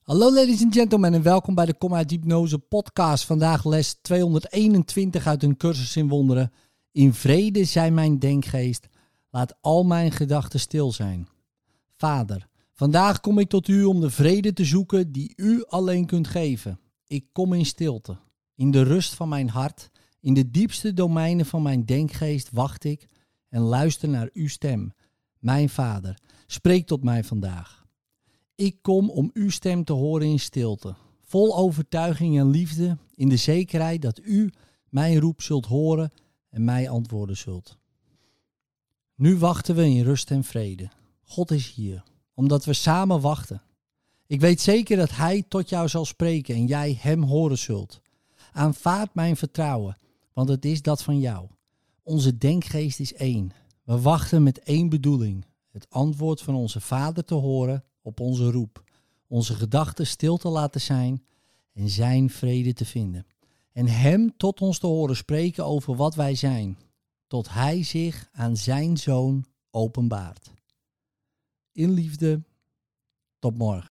Hallo ladies and gentlemen en welkom bij de Kom uit Hypnose podcast. Vandaag les 221 uit een cursus in wonderen. In vrede zij mijn denkgeest, laat al mijn gedachten stil zijn. Vader, vandaag kom ik tot u om de vrede te zoeken die u alleen kunt geven. Ik kom in stilte, in de rust van mijn hart, in de diepste domeinen van mijn denkgeest wacht ik en luister naar uw stem. Mijn Vader, spreek tot mij vandaag. Ik kom om uw stem te horen in stilte, vol overtuiging en liefde, in de zekerheid dat u mijn roep zult horen en mij antwoorden zult. Nu wachten we in rust en vrede. God is hier, omdat we samen wachten. Ik weet zeker dat Hij tot jou zal spreken en jij Hem horen zult. Aanvaard mijn vertrouwen, want het is dat van jou. Onze denkgeest is één. We wachten met één bedoeling, het antwoord van onze Vader te horen op onze roep, onze gedachten stil te laten zijn en zijn vrede te vinden. En Hem tot ons te horen spreken over wat wij zijn, tot Hij zich aan zijn Zoon openbaart. In liefde, tot morgen.